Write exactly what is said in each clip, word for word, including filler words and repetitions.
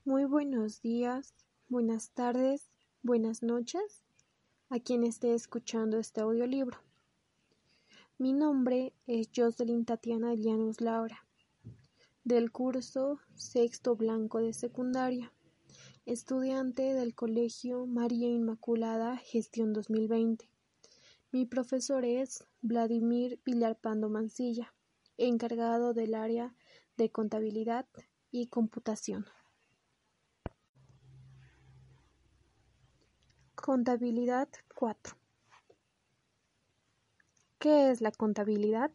Muy buenos días, buenas tardes, buenas noches a quien esté escuchando este audiolibro. Mi nombre es Jocelyn Tatiana Llanos Laura, del curso Sexto Blanco de Secundaria, estudiante del Colegio María Inmaculada Gestión dos mil veinte. Mi profesor es Vladimir Villalpando Mancilla, encargado del área de Contabilidad y Computación. Contabilidad cuatro. ¿Qué es la contabilidad?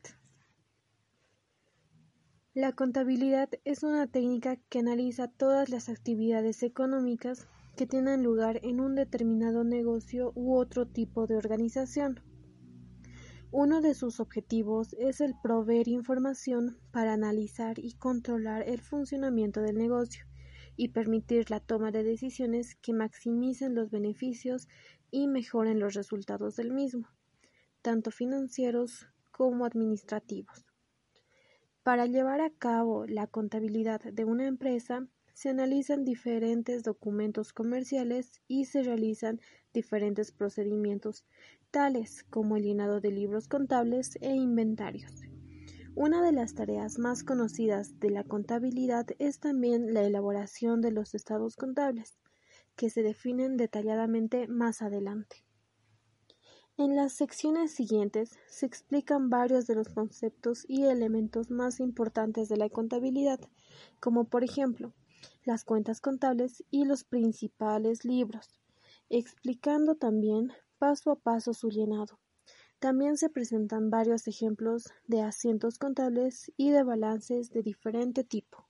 La contabilidad es una técnica que analiza todas las actividades económicas que tienen lugar en un determinado negocio u otro tipo de organización. Uno de sus objetivos es el proveer información para analizar y controlar el funcionamiento del negocio y permitir la toma de decisiones que maximicen los beneficios y mejoren los resultados del mismo, tanto financieros como administrativos. Para llevar a cabo la contabilidad de una empresa, se analizan diferentes documentos comerciales y se realizan diferentes procedimientos, tales como el llenado de libros contables e inventarios. Una de las tareas más conocidas de la contabilidad es también la elaboración de los estados contables, que se definen detalladamente más adelante. En las secciones siguientes se explican varios de los conceptos y elementos más importantes de la contabilidad, como por ejemplo, las cuentas contables y los principales libros, explicando también paso a paso su llenado. También se presentan varios ejemplos de asientos contables y de balances de diferente tipo.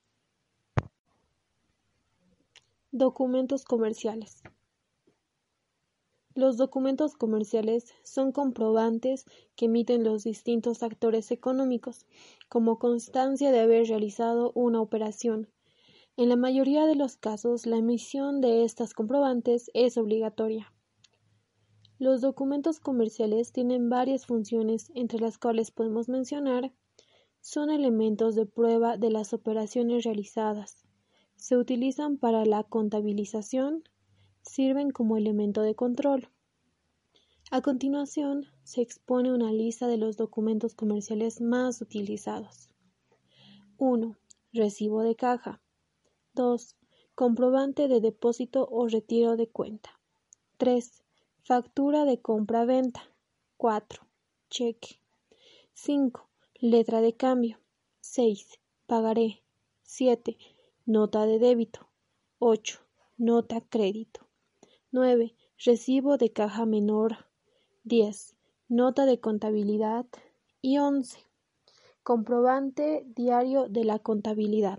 Documentos comerciales. Los documentos comerciales son comprobantes que emiten los distintos actores económicos como constancia de haber realizado una operación. En la mayoría de los casos, la emisión de estas comprobantes es obligatoria. Los documentos comerciales tienen varias funciones, entre las cuales podemos mencionar: son elementos de prueba de las operaciones realizadas, se utilizan para la contabilización, sirven como elemento de control. A continuación, se expone una lista de los documentos comerciales más utilizados. uno. Recibo de caja. dos. Comprobante de depósito o retiro de cuenta. tres. Factura de compra-venta. cuatro. Cheque. cinco. Letra de cambio. seis. Pagaré. siete. Nota de débito. ocho. Nota crédito. nueve. Recibo de caja menor. diez. Nota de contabilidad. Y once. Comprobante diario de la contabilidad.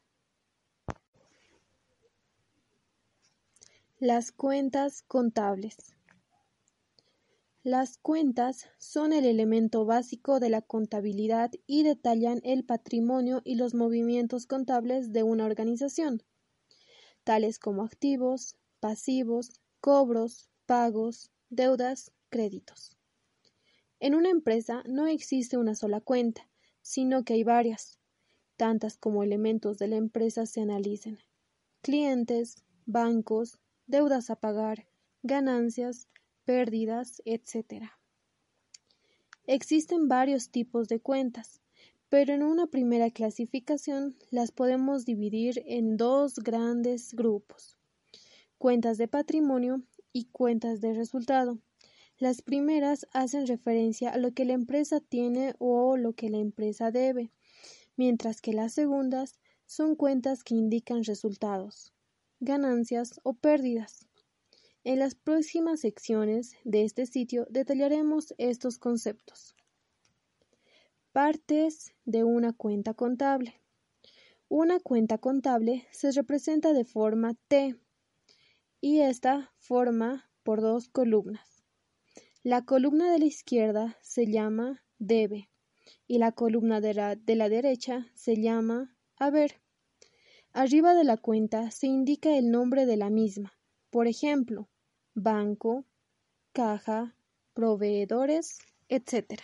Las cuentas contables. Las cuentas son el elemento básico de la contabilidad y detallan el patrimonio y los movimientos contables de una organización, tales como activos, pasivos, cobros, pagos, deudas, créditos. En una empresa no existe una sola cuenta, sino que hay varias, tantas como elementos de la empresa se analicen: clientes, bancos, deudas a pagar, ganancias, pérdidas, etcétera. Existen varios tipos de cuentas, pero en una primera clasificación las podemos dividir en dos grandes grupos: cuentas de patrimonio y cuentas de resultado. Las primeras hacen referencia a lo que la empresa tiene o lo que la empresa debe, mientras que las segundas son cuentas que indican resultados, ganancias o pérdidas. En las próximas secciones de este sitio detallaremos estos conceptos. Partes de una cuenta contable. Una cuenta contable se representa de forma T y esta forma por dos columnas. La columna de la izquierda se llama debe y la columna de la, de la derecha se llama haber. Arriba de la cuenta se indica el nombre de la misma, por ejemplo, banco, caja, proveedores, etcétera.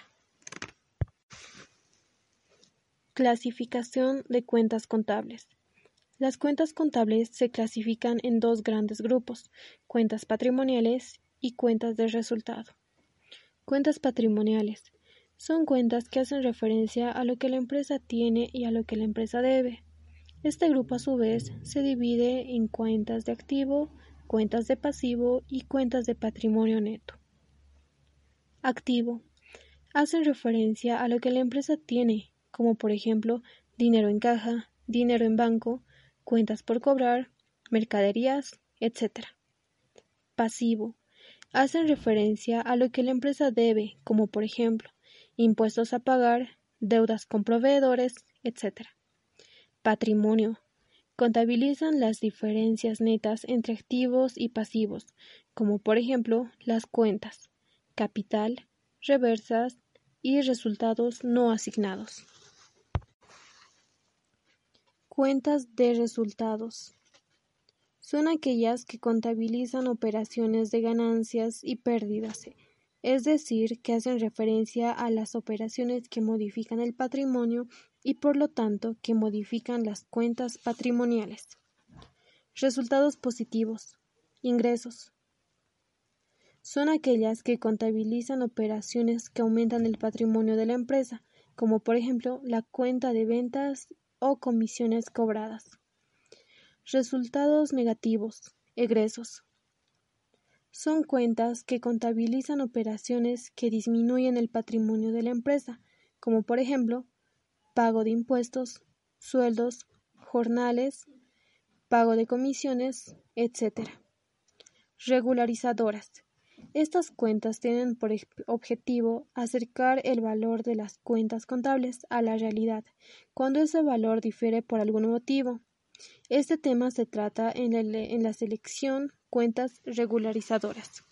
Clasificación de cuentas contables. Las cuentas contables se clasifican en dos grandes grupos: cuentas patrimoniales y cuentas de resultado. Cuentas patrimoniales son cuentas que hacen referencia a lo que la empresa tiene y a lo que la empresa debe. Este grupo, a su vez, se divide en cuentas de activo, cuentas de pasivo y cuentas de patrimonio neto. Activo hacen referencia a lo que la empresa tiene, como por ejemplo dinero en caja, dinero en banco, cuentas por cobrar, mercaderías, etcétera. Pasivo hacen referencia a lo que la empresa debe, como por ejemplo impuestos a pagar, deudas con proveedores, etcétera. Patrimonio contabilizan las diferencias netas entre activos y pasivos, como por ejemplo las cuentas, capital, reversas y resultados no asignados. Cuentas de resultados son aquellas que contabilizan operaciones de ganancias y pérdidas, es decir, que hacen referencia a las operaciones que modifican el patrimonio y por lo tanto que modifican las cuentas patrimoniales. Resultados positivos, ingresos, son aquellas que contabilizan operaciones que aumentan el patrimonio de la empresa, como por ejemplo la cuenta de ventas o comisiones cobradas. Resultados negativos, egresos, son cuentas que contabilizan operaciones que disminuyen el patrimonio de la empresa, como por ejemplo pago de impuestos, sueldos, jornales, pago de comisiones, etcétera. Regularizadoras. Estas cuentas tienen por objetivo acercar el valor de las cuentas contables a la realidad, cuando ese valor difiere por algún motivo. Este tema se trata en la, en la selección cuentas regularizadoras.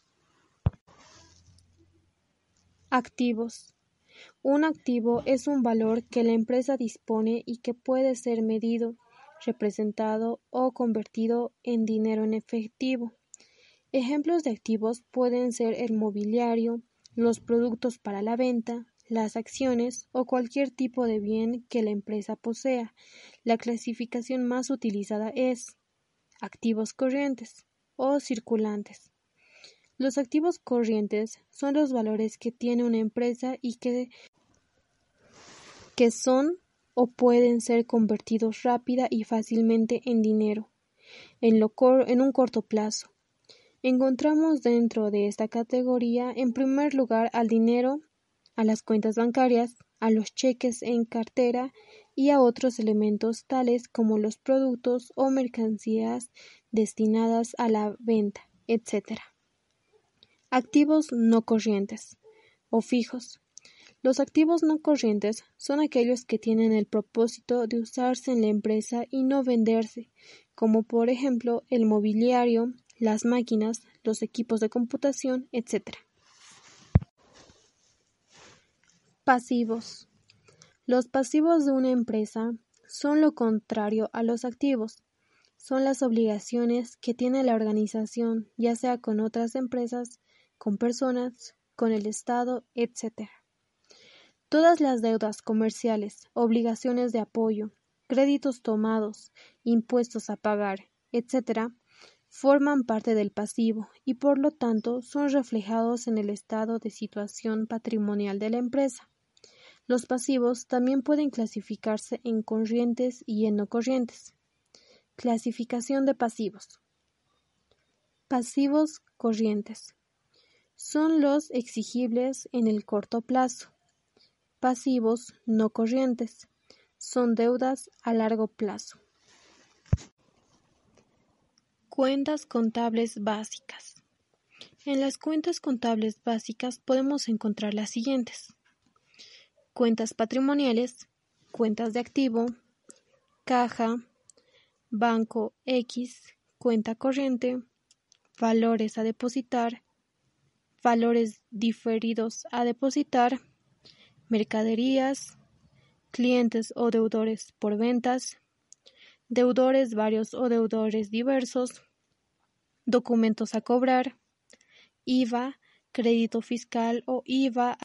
Activos. Un activo es un valor que la empresa dispone y que puede ser medido, representado o convertido en dinero en efectivo. Ejemplos de activos pueden ser el mobiliario, los productos para la venta, las acciones o cualquier tipo de bien que la empresa posea. La clasificación más utilizada es activos corrientes o circulantes. Los activos corrientes son los valores que tiene una empresa y que, que son o pueden ser convertidos rápida y fácilmente en dinero, en, lo cor- en un corto plazo. Encontramos dentro de esta categoría, en primer lugar, al dinero, a las cuentas bancarias, a los cheques en cartera y a otros elementos tales como los productos o mercancías destinadas a la venta, etcétera. Activos no corrientes o fijos. Los activos no corrientes son aquellos que tienen el propósito de usarse en la empresa y no venderse, como por ejemplo el mobiliario, las máquinas, los equipos de computación, etcétera. Pasivos. Los pasivos de una empresa son lo contrario a los activos. Son las obligaciones que tiene la organización, ya sea con otras empresas, con personas, con el Estado, etcétera. Todas las deudas comerciales, obligaciones de apoyo, créditos tomados, impuestos a pagar, etcétera, forman parte del pasivo y por lo tanto son reflejados en el estado de situación patrimonial de la empresa. Los pasivos también pueden clasificarse en corrientes y en no corrientes. Clasificación de pasivos. Pasivos corrientes. Son los exigibles en el corto plazo. Pasivos no corrientes. Son deudas a largo plazo. Cuentas contables básicas. En las cuentas contables básicas podemos encontrar las siguientes: cuentas patrimoniales, cuentas de activo, caja, banco X, cuenta corriente, valores a depositar, valores diferidos a depositar, mercaderías, clientes o deudores por ventas, deudores varios o deudores diversos, documentos a cobrar, I V A, crédito fiscal o I V A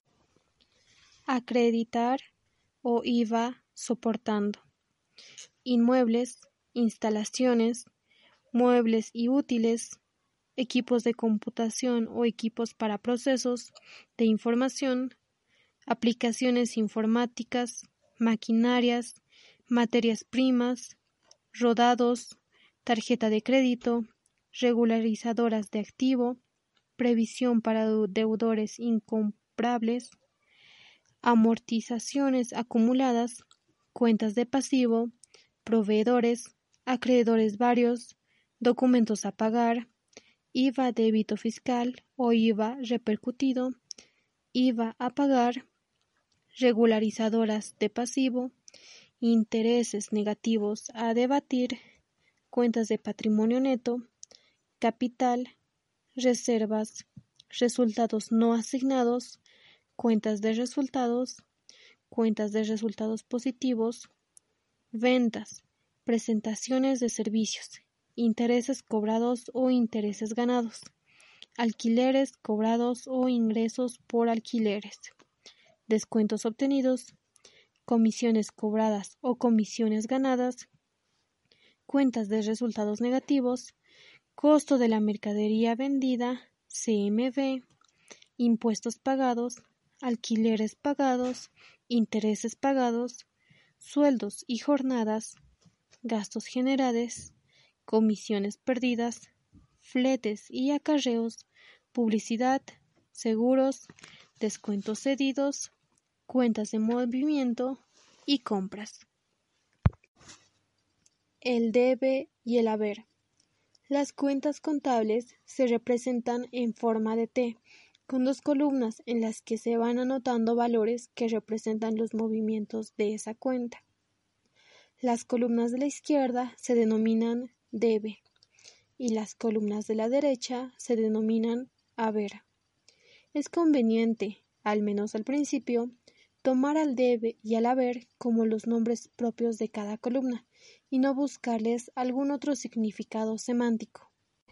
acreditar o I V A soportando, inmuebles, instalaciones, muebles y útiles, equipos de computación o equipos para procesos de información, aplicaciones informáticas, maquinarias, materias primas, rodados, tarjeta de crédito, regularizadoras de activo, previsión para deudores incomprables, amortizaciones acumuladas, cuentas de pasivo, proveedores, acreedores varios, documentos a pagar, I V A débito fiscal o I V A repercutido, I V A a pagar, regularizadoras de pasivo, intereses negativos a debatir, cuentas de patrimonio neto, capital, reservas, resultados no asignados, cuentas de resultados, cuentas de resultados positivos, ventas, presentaciones de servicios, intereses cobrados o intereses ganados, alquileres cobrados o ingresos por alquileres, descuentos obtenidos, comisiones cobradas o comisiones ganadas, cuentas de resultados negativos, costo de la mercadería vendida, C M V, impuestos pagados, alquileres pagados, intereses pagados, sueldos y jornadas, gastos generales, comisiones perdidas, fletes y acarreos, publicidad, seguros, descuentos cedidos, cuentas de movimiento y compras. El debe y el haber. Las cuentas contables se representan en forma de T, con dos columnas en las que se van anotando valores que representan los movimientos de esa cuenta. Las columnas de la izquierda se denominan debe y las columnas de la derecha se denominan haber. Es conveniente, al menos al principio, tomar al debe y al haber como los nombres propios de cada columna y no buscarles algún otro significado semántico.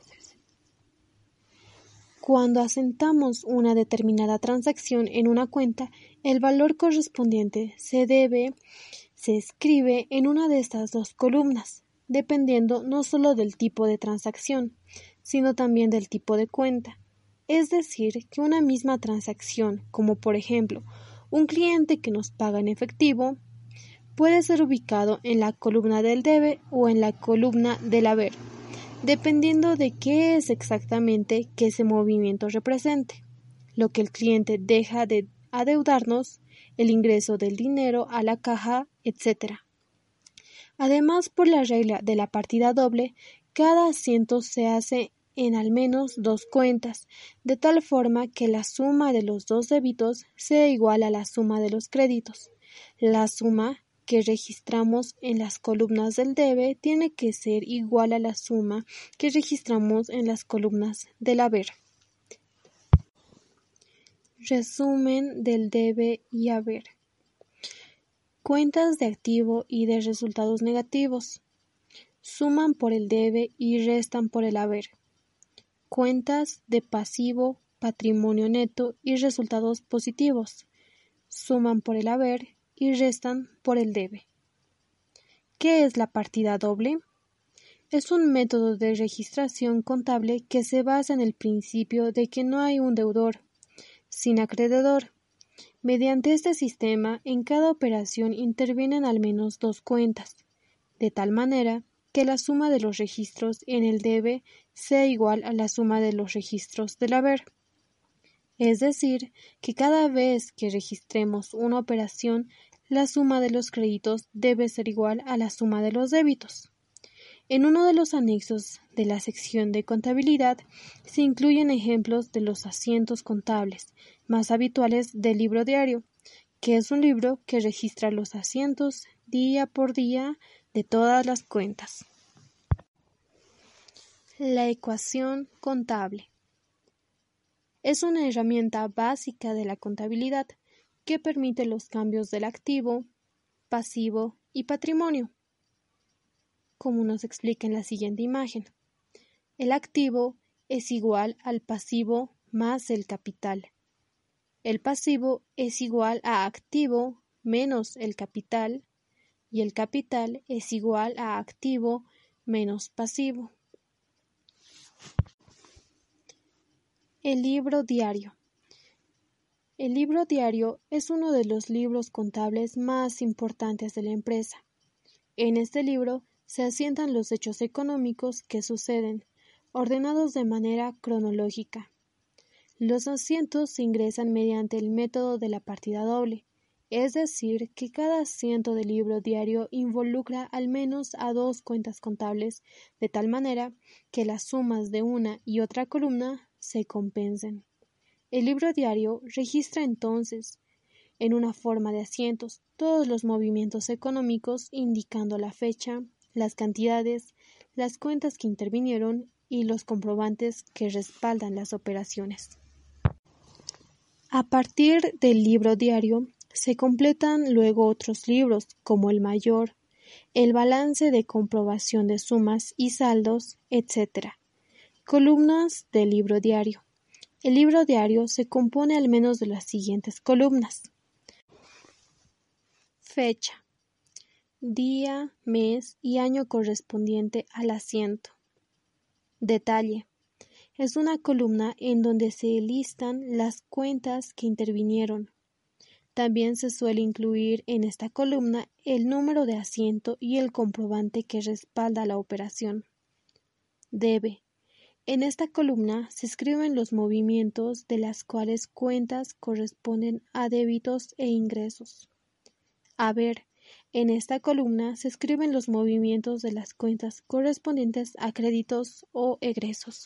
Cuando asentamos una determinada transacción en una cuenta, el valor correspondiente se debe se escribe en una de estas dos columnas, dependiendo no solo del tipo de transacción, sino también del tipo de cuenta. Es decir, que una misma transacción, como por ejemplo, un cliente que nos paga en efectivo, puede ser ubicado en la columna del debe o en la columna del haber, dependiendo de qué es exactamente que ese movimiento represente, lo que el cliente deja de adeudarnos, el ingreso del dinero a la caja, etcétera. Además, por la regla de la partida doble, cada asiento se hace en al menos dos cuentas, de tal forma que la suma de los dos débitos sea igual a la suma de los créditos. La suma que registramos en las columnas del debe tiene que ser igual a la suma que registramos en las columnas del haber. Resumen del debe y haber. Cuentas de activo y de resultados negativos. Suman por el debe y restan por el haber. Cuentas de pasivo, patrimonio neto y resultados positivos. Suman por el haber y restan por el debe. ¿Qué es la partida doble? Es un método de registración contable que se basa en el principio de que no hay un deudor sin acreedor. Mediante este sistema, en cada operación intervienen al menos dos cuentas, de tal manera que la suma de los registros en el debe sea igual a la suma de los registros del haber. Es decir, que cada vez que registremos una operación, la suma de los créditos debe ser igual a la suma de los débitos. En uno de los anexos de la sección de contabilidad se incluyen ejemplos de los asientos contables más habituales del libro diario, que es un libro que registra los asientos día por día de todas las cuentas. La ecuación contable es una herramienta básica de la contabilidad que permite los cambios del activo, pasivo y patrimonio, como nos explica en la siguiente imagen. El activo es igual al pasivo más el capital. El pasivo es igual a activo menos el capital y el capital es igual a activo menos pasivo. El libro diario. El libro diario es uno de los libros contables más importantes de la empresa. En este libro se asientan los hechos económicos que suceden, ordenados de manera cronológica. Los asientos se ingresan mediante el método de la partida doble, es decir, que cada asiento del libro diario involucra al menos a dos cuentas contables, de tal manera que las sumas de una y otra columna se compensen. El libro diario registra entonces, en una forma de asientos, todos los movimientos económicos indicando la fecha, las cantidades, las cuentas que intervinieron y los comprobantes que respaldan las operaciones. A partir del libro diario se completan luego otros libros como el mayor, el balance de comprobación de sumas y saldos, etcétera. Columnas del libro diario. El libro diario se compone al menos de las siguientes columnas. Fecha, día, mes y año correspondiente al asiento. Detalle. Es una columna en donde se listan las cuentas que intervinieron. También se suele incluir en esta columna el número de asiento y el comprobante que respalda la operación. Debe. En esta columna se escriben los movimientos de las cuales cuentas corresponden a débitos e ingresos. Haber. En esta columna se escriben los movimientos de las cuentas correspondientes a créditos o egresos.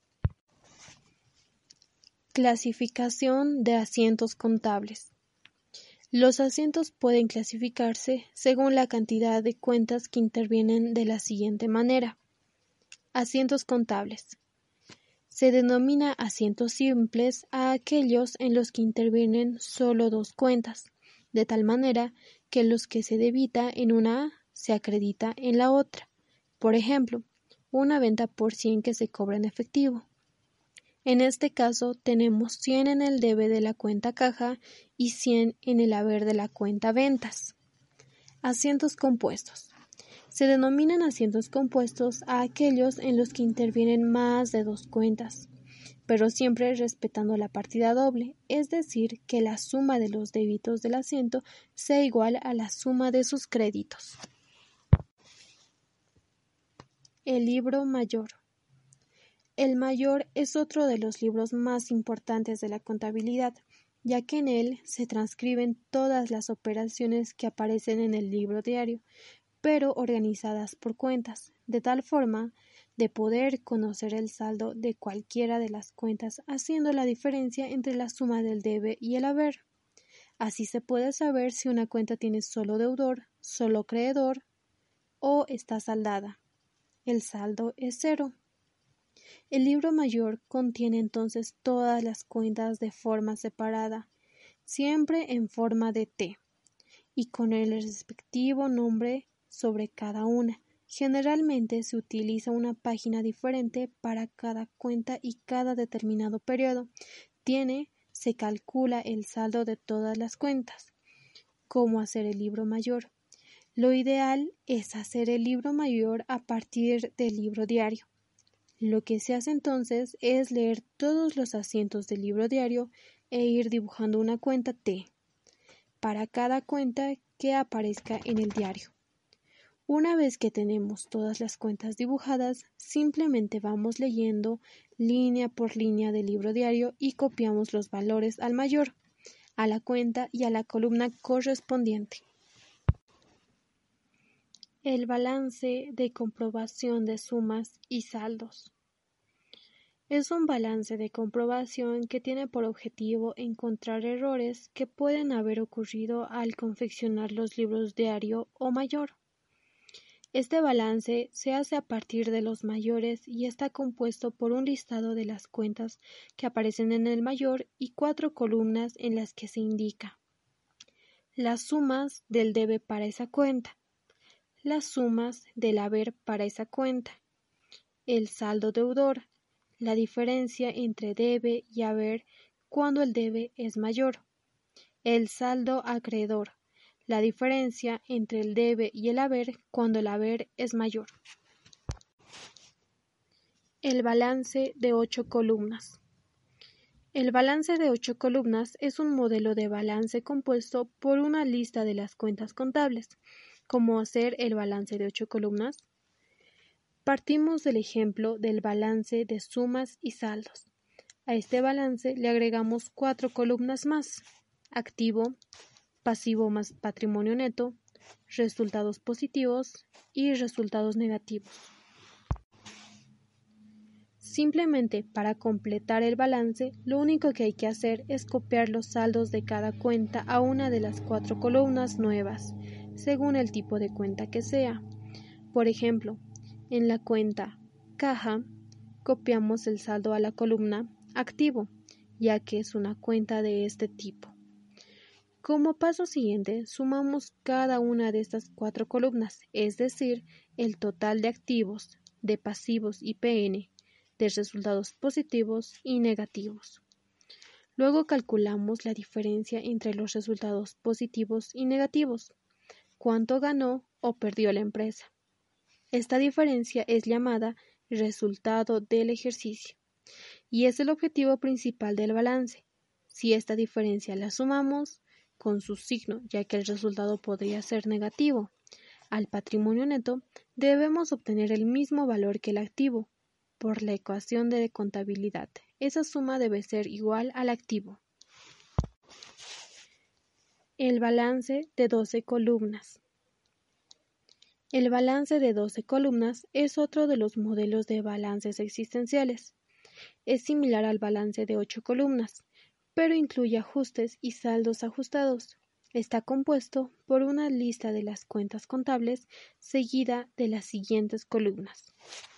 Clasificación de asientos contables. Los asientos pueden clasificarse según la cantidad de cuentas que intervienen de la siguiente manera. Asientos contables. Se denomina asientos simples a aquellos en los que intervienen solo dos cuentas, de tal manera que los que se debita en una se acredita en la otra. Por ejemplo, una venta por cien que se cobra en efectivo. En este caso tenemos cien en el debe de la cuenta caja y cien en el haber de la cuenta ventas. Asientos compuestos. Se denominan asientos compuestos a aquellos en los que intervienen más de dos cuentas, pero siempre respetando la partida doble, es decir, que la suma de los débitos del asiento sea igual a la suma de sus créditos. El libro mayor. El mayor es otro de los libros más importantes de la contabilidad, ya que en él se transcriben todas las operaciones que aparecen en el libro diario, pero organizadas por cuentas, de tal forma de poder conocer el saldo de cualquiera de las cuentas haciendo la diferencia entre la suma del debe y el haber. Así se puede saber si una cuenta tiene solo deudor, solo creedor o está saldada. El saldo es cero. El libro mayor contiene entonces todas las cuentas de forma separada, siempre en forma de T, y con el respectivo nombre sobre cada una. Generalmente se utiliza una página diferente para cada cuenta y cada determinado periodo. Tiene, se calcula el saldo de todas las cuentas. ¿Cómo hacer el libro mayor? Lo ideal es hacer el libro mayor a partir del libro diario. Lo que se hace entonces es leer todos los asientos del libro diario e ir dibujando una cuenta T para cada cuenta que aparezca en el diario. Una vez que tenemos todas las cuentas dibujadas, simplemente vamos leyendo línea por línea del libro diario y copiamos los valores al mayor, a la cuenta y a la columna correspondiente. El balance de comprobación de sumas y saldos. Es un balance de comprobación que tiene por objetivo encontrar errores que pueden haber ocurrido al confeccionar los libros diario o mayor. Este balance se hace a partir de los mayores y está compuesto por un listado de las cuentas que aparecen en el mayor y cuatro columnas en las que se indica las sumas del debe para esa cuenta, las sumas del haber para esa cuenta, el saldo deudor, la diferencia entre debe y haber cuando el debe es mayor, el saldo acreedor, la diferencia entre el debe y el haber cuando el haber es mayor. El balance de ocho columnas. El balance de ocho columnas es un modelo de balance compuesto por una lista de las cuentas contables. ¿Cómo hacer el balance de ocho columnas? Partimos del ejemplo del balance de sumas y saldos. A este balance le agregamos cuatro columnas más: activo, pasivo más patrimonio neto, resultados positivos y resultados negativos. Simplemente para completar el balance, lo único que hay que hacer es copiar los saldos de cada cuenta a una de las cuatro columnas nuevas, según el tipo de cuenta que sea. Por ejemplo, en la cuenta caja, copiamos el saldo a la columna activo, ya que es una cuenta de este tipo. Como paso siguiente, sumamos cada una de estas cuatro columnas, es decir, el total de activos, de pasivos y P N, de resultados positivos y negativos. Luego calculamos la diferencia entre los resultados positivos y negativos, cuánto ganó o perdió la empresa. Esta diferencia es llamada resultado del ejercicio y es el objetivo principal del balance. Si esta diferencia la sumamos con su signo, ya que el resultado podría ser negativo, al patrimonio neto, debemos obtener el mismo valor que el activo. Por la ecuación de contabilidad, esa suma debe ser igual al activo. El balance de doce columnas. El balance de doce columnas es otro de los modelos de balances existenciales. Es similar al balance de ocho columnas, pero incluye ajustes y saldos ajustados. Está compuesto por una lista de las cuentas contables seguida de las siguientes columnas: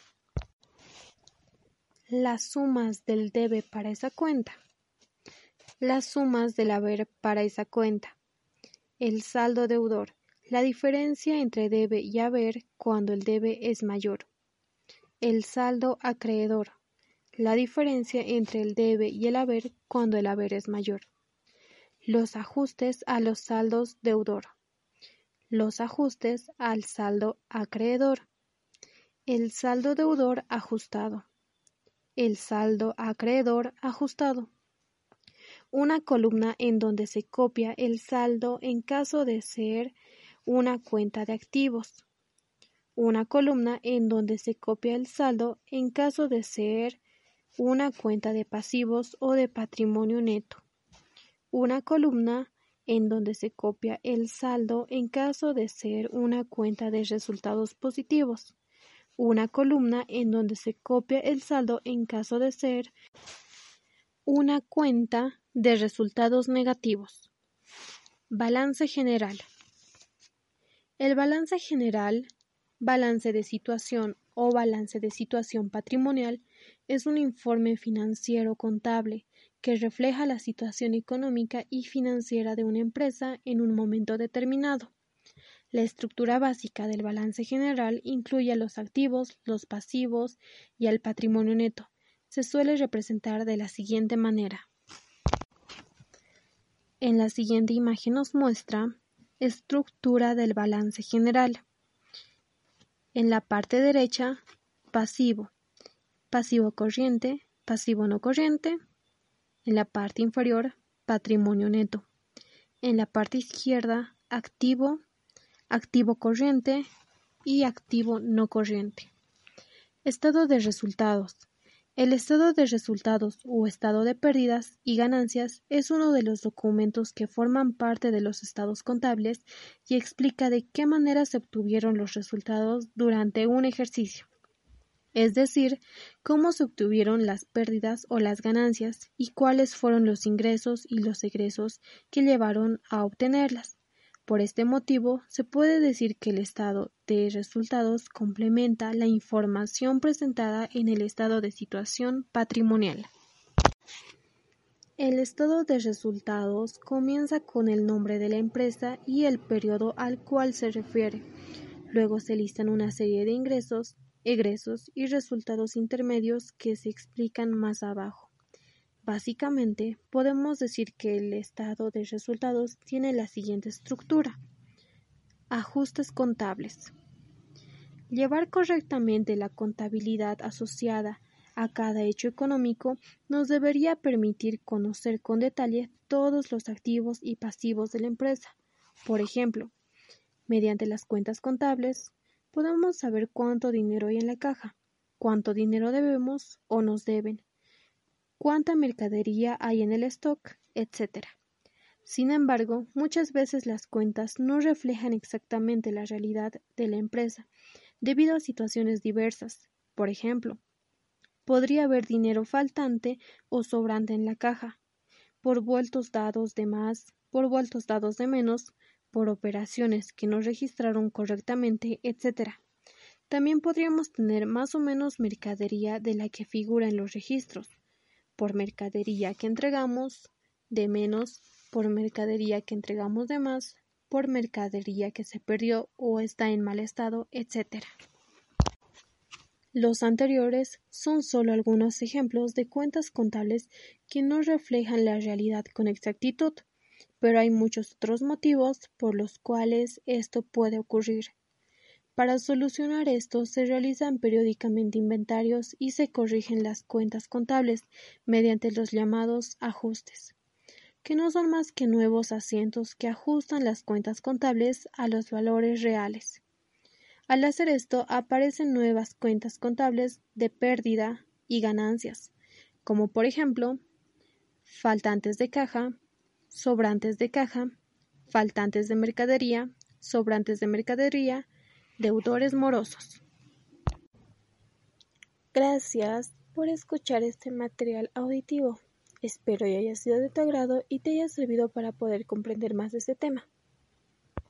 las sumas del debe para esa cuenta, las sumas del haber para esa cuenta, el saldo deudor, la diferencia entre debe y haber cuando el debe es mayor, el saldo acreedor, la diferencia entre el debe y el haber cuando el haber es mayor, los ajustes a los saldos deudor, los ajustes al saldo acreedor, el saldo deudor ajustado, el saldo acreedor ajustado, una columna en donde se copia el saldo en caso de ser una cuenta de activos, una columna en donde se copia el saldo en caso de ser una cuenta de pasivos o de patrimonio neto, una columna en donde se copia el saldo en caso de ser una cuenta de resultados positivos, una columna en donde se copia el saldo en caso de ser una cuenta de resultados negativos. Balance general. El balance general, balance de situación o balance de situación patrimonial es un informe financiero contable que refleja la situación económica y financiera de una empresa en un momento determinado. La estructura básica del balance general incluye a los activos, los pasivos y al patrimonio neto. Se suele representar de la siguiente manera. En la siguiente imagen nos muestra estructura del balance general. En la parte derecha, pasivo, pasivo corriente, pasivo no corriente. En la parte inferior, patrimonio neto. En la parte izquierda, activo, activo corriente y activo no corriente. Estado de resultados. El estado de resultados o estado de pérdidas y ganancias es uno de los documentos que forman parte de los estados contables y explica de qué manera se obtuvieron los resultados durante un ejercicio, es decir, cómo se obtuvieron las pérdidas o las ganancias y cuáles fueron los ingresos y los egresos que llevaron a obtenerlas. Por este motivo, se puede decir que el estado de resultados complementa la información presentada en el estado de situación patrimonial. El estado de resultados comienza con el nombre de la empresa y el periodo al cual se refiere. Luego se listan una serie de ingresos, egresos y resultados intermedios que se explican más abajo. Básicamente, podemos decir que el estado de resultados tiene la siguiente estructura. Ajustes contables. Llevar correctamente la contabilidad asociada a cada hecho económico nos debería permitir conocer con detalle todos los activos y pasivos de la empresa. Por ejemplo, mediante las cuentas contables, podemos saber cuánto dinero hay en la caja, cuánto dinero debemos o nos deben, cuánta mercadería hay en el stock, etcétera. Sin embargo, muchas veces las cuentas no reflejan exactamente la realidad de la empresa, debido a situaciones diversas. Por ejemplo, podría haber dinero faltante o sobrante en la caja, por vueltos dados de más, por vueltos dados de menos, por operaciones que no registraron correctamente, etcétera. También podríamos tener más o menos mercadería de la que figura en los registros, por mercadería que entregamos de menos, por mercadería que entregamos de más, por mercadería que se perdió o está en mal estado, etcétera. Los anteriores son solo algunos ejemplos de cuentas contables que no reflejan la realidad con exactitud, pero hay muchos otros motivos por los cuales esto puede ocurrir. Para solucionar esto se realizan periódicamente inventarios y se corrigen las cuentas contables mediante los llamados ajustes, que no son más que nuevos asientos que ajustan las cuentas contables a los valores reales. Al hacer esto aparecen nuevas cuentas contables de pérdida y ganancias, como por ejemplo, faltantes de caja, sobrantes de caja, faltantes de mercadería, sobrantes de mercadería, deudores morosos. Gracias por escuchar este material auditivo. Espero que haya sido de tu agrado y te haya servido para poder comprender más de este tema.